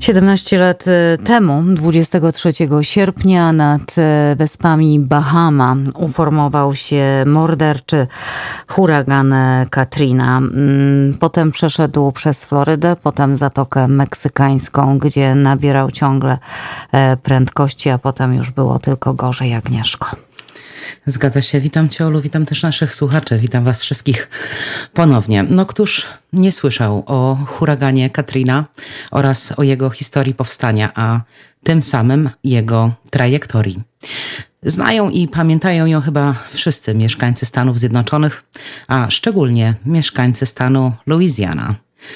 17 lat temu, 23 sierpnia, nad wyspami Bahama uformował się morderczy huragan Katrina. Potem przeszedł przez Florydę, potem Zatokę Meksykańską, gdzie nabierał ciągle prędkości, a potem już było tylko gorzej. Agnieszko. Zgadza się. Witam Cię, Olu, witam też naszych słuchaczy. Witam Was wszystkich ponownie. No któż nie słyszał o huraganie Katrina oraz o jego historii powstania, a tym samym jego trajektorii. Znają i pamiętają ją chyba wszyscy mieszkańcy Stanów Zjednoczonych, a szczególnie mieszkańcy stanu Louisiana.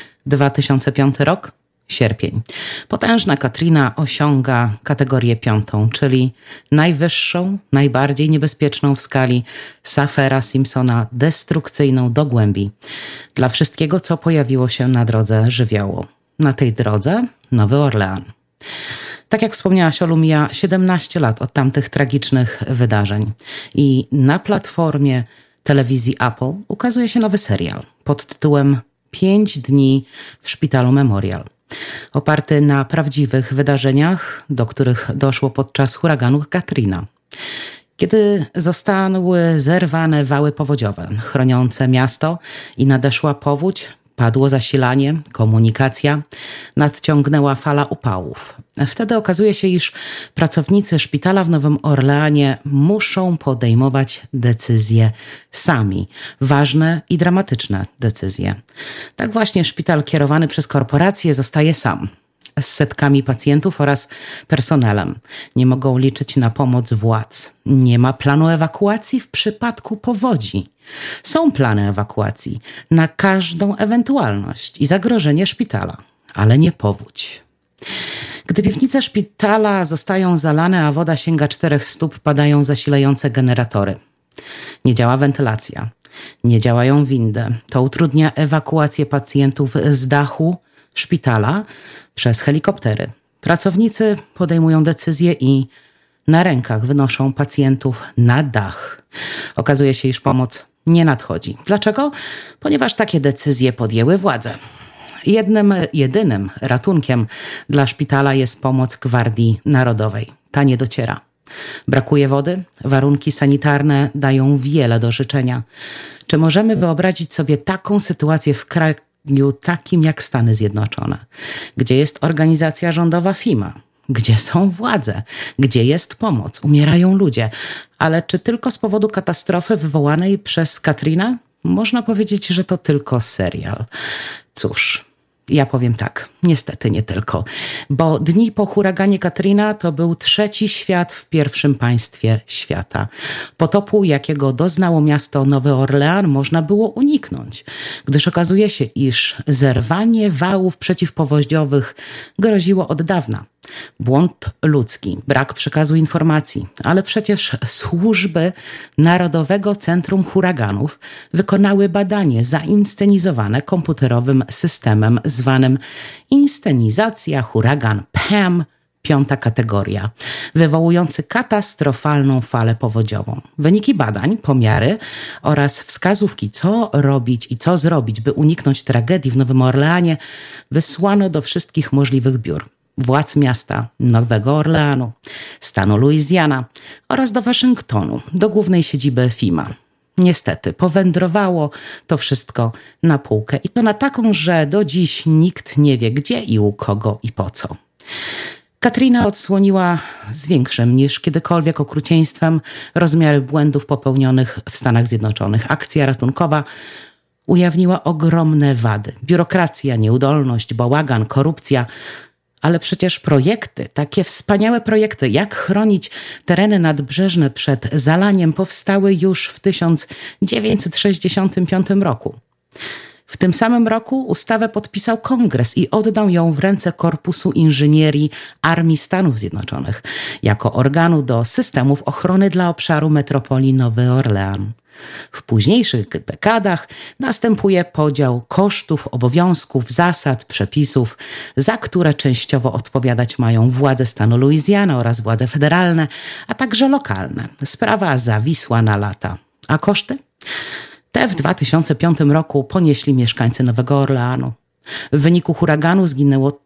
2005 rok. Sierpień. Potężna Katrina osiąga kategorię 5, czyli najwyższą, najbardziej niebezpieczną w skali Saffira-Simpsona, destrukcyjną do głębi dla wszystkiego, co pojawiło się na drodze żywiołu. Na tej drodze Nowy Orlean. Tak jak wspomniałaś, Olu, mija 17 lat od tamtych tragicznych wydarzeń i na platformie telewizji Apple ukazuje się nowy serial pod tytułem 5 dni w szpitalu Memorial. Oparty na prawdziwych wydarzeniach, do których doszło podczas huraganu Katrina. Kiedy zostały zerwane wały powodziowe chroniące miasto i nadeszła powódź, padło zasilanie, komunikacja, nadciągnęła fala upałów. Wtedy okazuje się, iż pracownicy szpitala w Nowym Orleanie muszą podejmować decyzje sami. Ważne i dramatyczne decyzje. Tak właśnie szpital kierowany przez korporacje zostaje sam. Z setkami pacjentów oraz personelem. Nie mogą liczyć na pomoc władz. Nie ma planu ewakuacji w przypadku powodzi. Są plany ewakuacji na każdą ewentualność i zagrożenie szpitala, ale nie powódź. Gdy piwnice szpitala zostają zalane, a woda sięga 4 stóp, padają zasilające generatory. Nie działa wentylacja. Nie działają windy. To utrudnia ewakuację pacjentów z dachu szpitala przez helikoptery. Pracownicy podejmują decyzje i na rękach wynoszą pacjentów na dach. Okazuje się, iż pomoc nie nadchodzi. Dlaczego? Ponieważ takie decyzje podjęły władze. Jedynym ratunkiem dla szpitala jest pomoc Gwardii Narodowej. Ta nie dociera. Brakuje wody, warunki sanitarne dają wiele do życzenia. Czy możemy wyobrazić sobie taką sytuację w kraju takim jak Stany Zjednoczone, gdzie jest organizacja rządowa FEMA, gdzie są władze, gdzie jest pomoc, umierają ludzie, ale czy tylko z powodu katastrofy wywołanej przez Katrina? Można powiedzieć, że to tylko serial. Cóż, ja powiem tak, niestety nie tylko, bo dni po huraganie Katrina to był trzeci świat w pierwszym państwie świata. Potopu, jakiego doznało miasto Nowy Orlean, można było uniknąć, gdyż okazuje się, iż zerwanie wałów przeciwpowodziowych groziło od dawna. Błąd ludzki, brak przekazu informacji, ale przecież służby Narodowego Centrum Huraganów wykonały badanie zainscenizowane komputerowym systemem zwanym Inscenizacja Huragan PAM, 5. kategoria, wywołujący katastrofalną falę powodziową. Wyniki badań, pomiary oraz wskazówki, co robić i co zrobić, by uniknąć tragedii w Nowym Orleanie, wysłano do wszystkich możliwych biur. Władz miasta Nowego Orleanu, stanu Louisiana oraz do Waszyngtonu, do głównej siedziby FEMA. Niestety, powędrowało to wszystko na półkę i to na taką, że do dziś nikt nie wie gdzie i u kogo i po co. Katrina odsłoniła z większym niż kiedykolwiek okrucieństwem rozmiary błędów popełnionych w Stanach Zjednoczonych. Akcja ratunkowa ujawniła ogromne wady. Biurokracja, nieudolność, bałagan, korupcja. Ale przecież projekty, takie wspaniałe projekty, jak chronić tereny nadbrzeżne przed zalaniem, powstały już w 1965 roku. W tym samym roku ustawę podpisał Kongres i oddał ją w ręce Korpusu Inżynierii Armii Stanów Zjednoczonych jako organu do systemów ochrony dla obszaru metropolii Nowy Orlean. W późniejszych dekadach następuje podział kosztów, obowiązków, zasad, przepisów, za które częściowo odpowiadać mają władze stanu Louisiana oraz władze federalne, a także lokalne. Sprawa zawisła na lata. A koszty? Te w 2005 roku ponieśli mieszkańcy Nowego Orleanu. W wyniku huraganu zginęło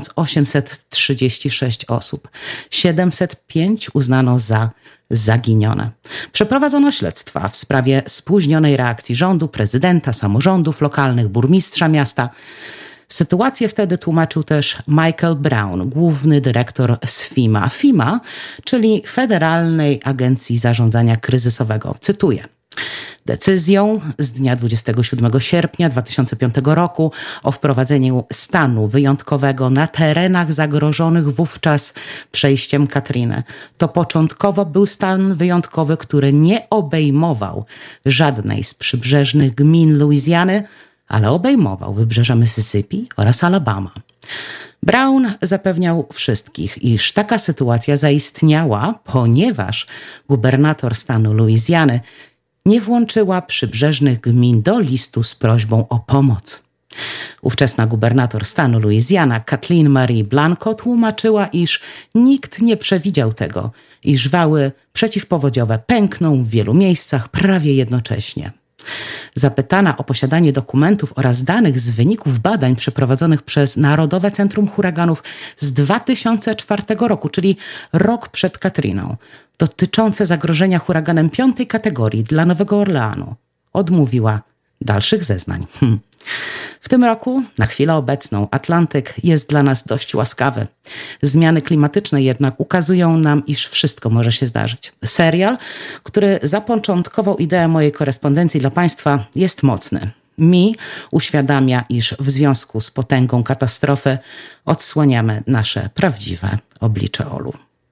1836 osób. 705 uznano za zaginione. Przeprowadzono śledztwa w sprawie spóźnionej reakcji rządu, prezydenta, samorządów lokalnych, burmistrza miasta. Sytuację wtedy tłumaczył też Michael Brown, główny dyrektor z FEMA. FEMA, czyli Federalnej Agencji Zarządzania Kryzysowego. Cytuję. Decyzją z dnia 27 sierpnia 2005 roku o wprowadzeniu stanu wyjątkowego na terenach zagrożonych wówczas przejściem Katriny. To początkowo był stan wyjątkowy, który nie obejmował żadnej z przybrzeżnych gmin Luizjany, ale obejmował wybrzeża Mississippi oraz Alabama. Brown zapewniał wszystkich, iż taka sytuacja zaistniała, ponieważ gubernator stanu Luizjany nie włączyła przybrzeżnych gmin do listu z prośbą o pomoc. Ówczesna gubernator stanu Luizjana, Kathleen Marie Blanco, tłumaczyła, iż nikt nie przewidział tego, iż wały przeciwpowodziowe pękną w wielu miejscach prawie jednocześnie. Zapytana o posiadanie dokumentów oraz danych z wyników badań przeprowadzonych przez Narodowe Centrum Huraganów z 2004 roku, czyli rok przed Katriną, dotyczące zagrożenia huraganem 5. kategorii dla Nowego Orleanu, odmówiła dalszych zeznań. W tym roku, na chwilę obecną, Atlantyk jest dla nas dość łaskawy. Zmiany klimatyczne jednak ukazują nam, iż wszystko może się zdarzyć. Serial, który zapoczątkował ideę mojej korespondencji dla Państwa, jest mocny. Mi uświadamia, iż w związku z potęgą katastrofy odsłaniamy nasze prawdziwe oblicze, Olu.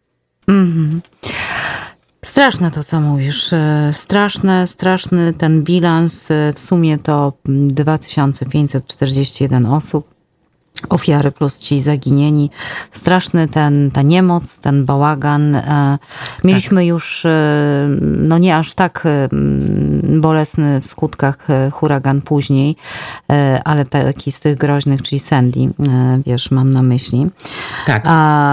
Straszne to, co mówisz. Straszny ten bilans. W sumie to 2541 osób. Ofiary plus ci zaginieni. Straszny ta niemoc, ten bałagan. Mieliśmy już, no nie aż tak bolesny w skutkach huragan później, ale taki z tych groźnych, czyli Sandy, wiesz, mam na myśli. Tak.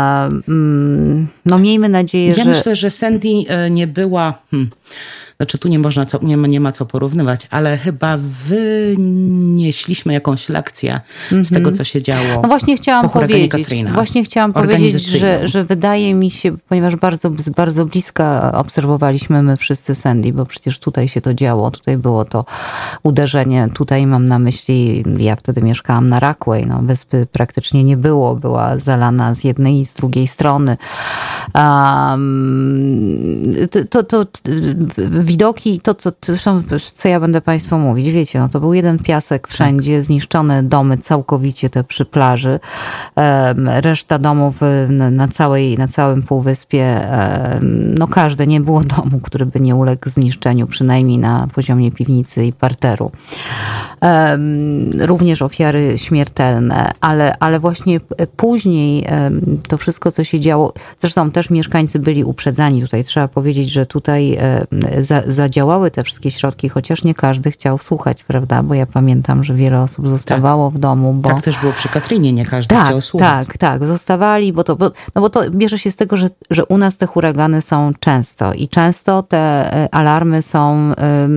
No miejmy nadzieję, że... Ja myślę, że Sandy nie była... Znaczy tu nie ma co porównywać, ale chyba wynieśliśmy jakąś lekcję z tego, co się działo. No właśnie chciałam powiedzieć, Katrina, że wydaje mi się, ponieważ z bardzo bliska obserwowaliśmy my wszyscy Sandy, bo przecież tutaj się to działo, tutaj było to uderzenie, tutaj mam na myśli, ja wtedy mieszkałam na Rockway, no wyspy praktycznie nie było, była zalana z jednej i z drugiej strony. Widoki, co ja będę Państwu mówić, wiecie, no to był jeden piasek wszędzie, zniszczone domy całkowicie te przy plaży, reszta domów na całym półwyspie, no każde, nie było domu, który by nie uległ zniszczeniu, przynajmniej na poziomie piwnicy i parteru. Również ofiary śmiertelne, ale właśnie później to wszystko, co się działo, zresztą też mieszkańcy byli uprzedzani, tutaj trzeba powiedzieć, że tutaj zadziałały te wszystkie środki, chociaż nie każdy chciał słuchać, prawda? Bo ja pamiętam, że wiele osób zostawało w domu. Bo... Tak też było przy Katrinie, nie każdy chciał słuchać. Tak, zostawali, bo to bierze się z tego, że u nas te huragany są często i często te alarmy są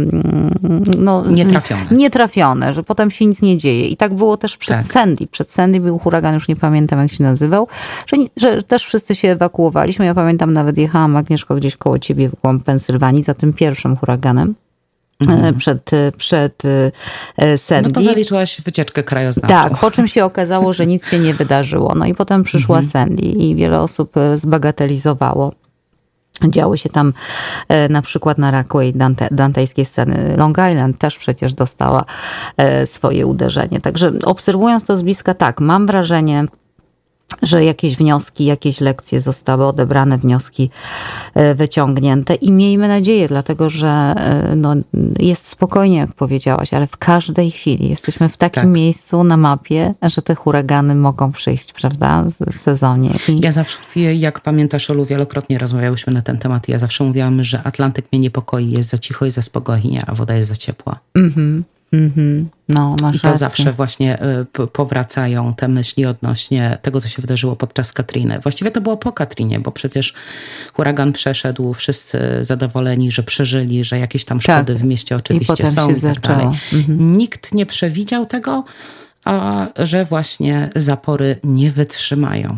nietrafione, że potem się nic nie dzieje. I tak było też przed Sandy. Przed Sandy był huragan, już nie pamiętam jak się nazywał, że też wszyscy się ewakuowaliśmy. Ja pamiętam, nawet jechałam, Agnieszko, gdzieś koło ciebie w głąb Pensylwanii za tym pierwszym huraganem. Przed Sandy. No to zaliczyłaś wycieczkę krajoznawczą. Tak, po czym się okazało, że nic się nie wydarzyło. No i potem przyszła Sandy i wiele osób zbagatelizowało. Działy się tam na przykład na Rockway dantejskie sceny. Long Island też przecież dostała swoje uderzenie. Także obserwując to z bliska, tak, mam wrażenie, że jakieś wnioski, jakieś lekcje zostały odebrane, wnioski wyciągnięte i miejmy nadzieję, dlatego że no, jest spokojnie, jak powiedziałaś, ale w każdej chwili jesteśmy w takim miejscu na mapie, że te huragany mogą przyjść, prawda, w sezonie. Ja zawsze, jak pamiętasz, Olu, wielokrotnie rozmawiałyśmy na ten temat. Ja zawsze mówiłam, że Atlantyk mnie niepokoi, jest za cicho i za spokojnie, a woda jest za ciepła. No, masz to rację. zawsze właśnie powracają te myśli odnośnie tego, co się wydarzyło podczas Katriny. Właściwie to było po Katrinie, bo przecież huragan przeszedł, wszyscy zadowoleni, że przeżyli, że jakieś tam szkody w mieście oczywiście są i tak dalej. Nikt nie przewidział tego, a że właśnie zapory nie wytrzymają.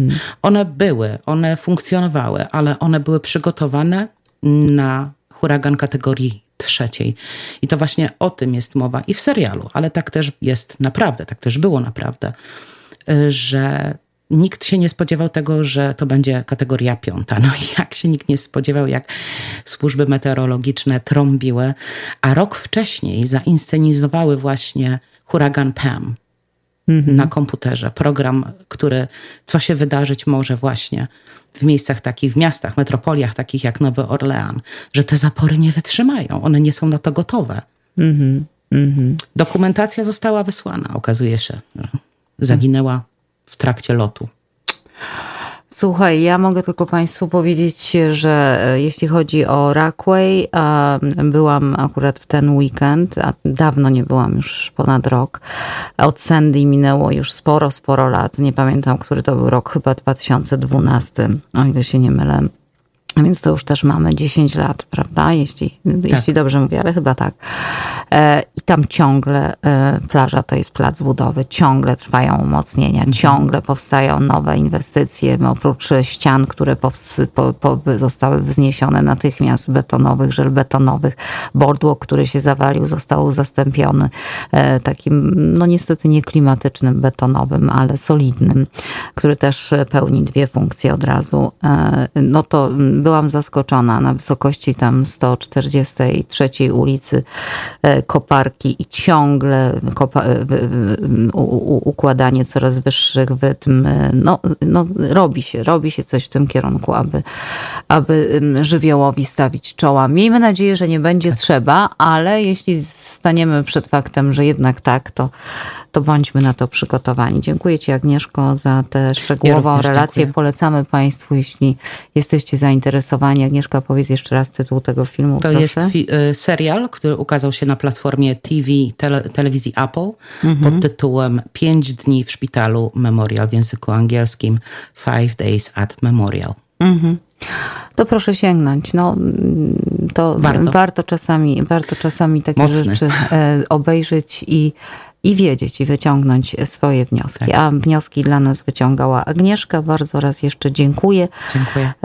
One funkcjonowały, ale one były przygotowane na huragan kategorii 3. I to właśnie o tym jest mowa i w serialu, ale tak też jest naprawdę, tak też było naprawdę, że nikt się nie spodziewał tego, że to będzie kategoria 5. No i jak się nikt nie spodziewał, jak służby meteorologiczne trąbiły, a rok wcześniej zainscenizowały właśnie huragan Pam na komputerze. Program, co się wydarzyć może właśnie w miejscach takich, w miastach, metropoliach takich jak Nowy Orlean, że te zapory nie wytrzymają. One nie są na to gotowe. Dokumentacja została wysłana. Okazuje się, że zaginęła w trakcie lotu. Słuchaj, ja mogę tylko Państwu powiedzieć, że jeśli chodzi o Rockway, byłam akurat w ten weekend, a dawno nie byłam, już ponad rok. Od Sandy minęło już sporo lat. Nie pamiętam, który to był rok, chyba 2012, o ile się nie mylę. Więc to już też mamy 10 lat, prawda? Jeśli dobrze mówię, ale chyba tak. I tam ciągle plaża to jest plac budowy, ciągle trwają umocnienia, ciągle powstają nowe inwestycje, oprócz ścian, które zostały wzniesione natychmiast betonowych, żelbetonowych. Boardwalk, który się zawalił, został zastąpiony takim, no niestety nie klimatycznym, betonowym, ale solidnym, który też pełni 2 funkcje od razu. No to byłam zaskoczona na wysokości tam 143 ulicy koparki i ciągle układanie coraz wyższych wytm. No, robi się coś w tym kierunku, aby żywiołowi stawić czoła. Miejmy nadzieję, że nie będzie trzeba, ale jeśli staniemy przed faktem, że jednak tak, to bądźmy na to przygotowani. Dziękuję Ci, Agnieszko, za tę szczegółową relację. Dziękuję. Polecamy Państwu, jeśli jesteście zainteresowani. Agnieszka, powiedz jeszcze raz tytuł tego filmu. To proszę. Jest serial, który ukazał się na platformie telewizji Apple pod tytułem 5 dni w szpitalu Memorial w języku angielskim 5 Days at Memorial. To proszę sięgnąć. No, to warto czasami takie rzeczy obejrzeć i wiedzieć, i wyciągnąć swoje wnioski. Tak. A wnioski dla nas wyciągała Agnieszka. Bardzo raz jeszcze dziękuję. Dziękuję.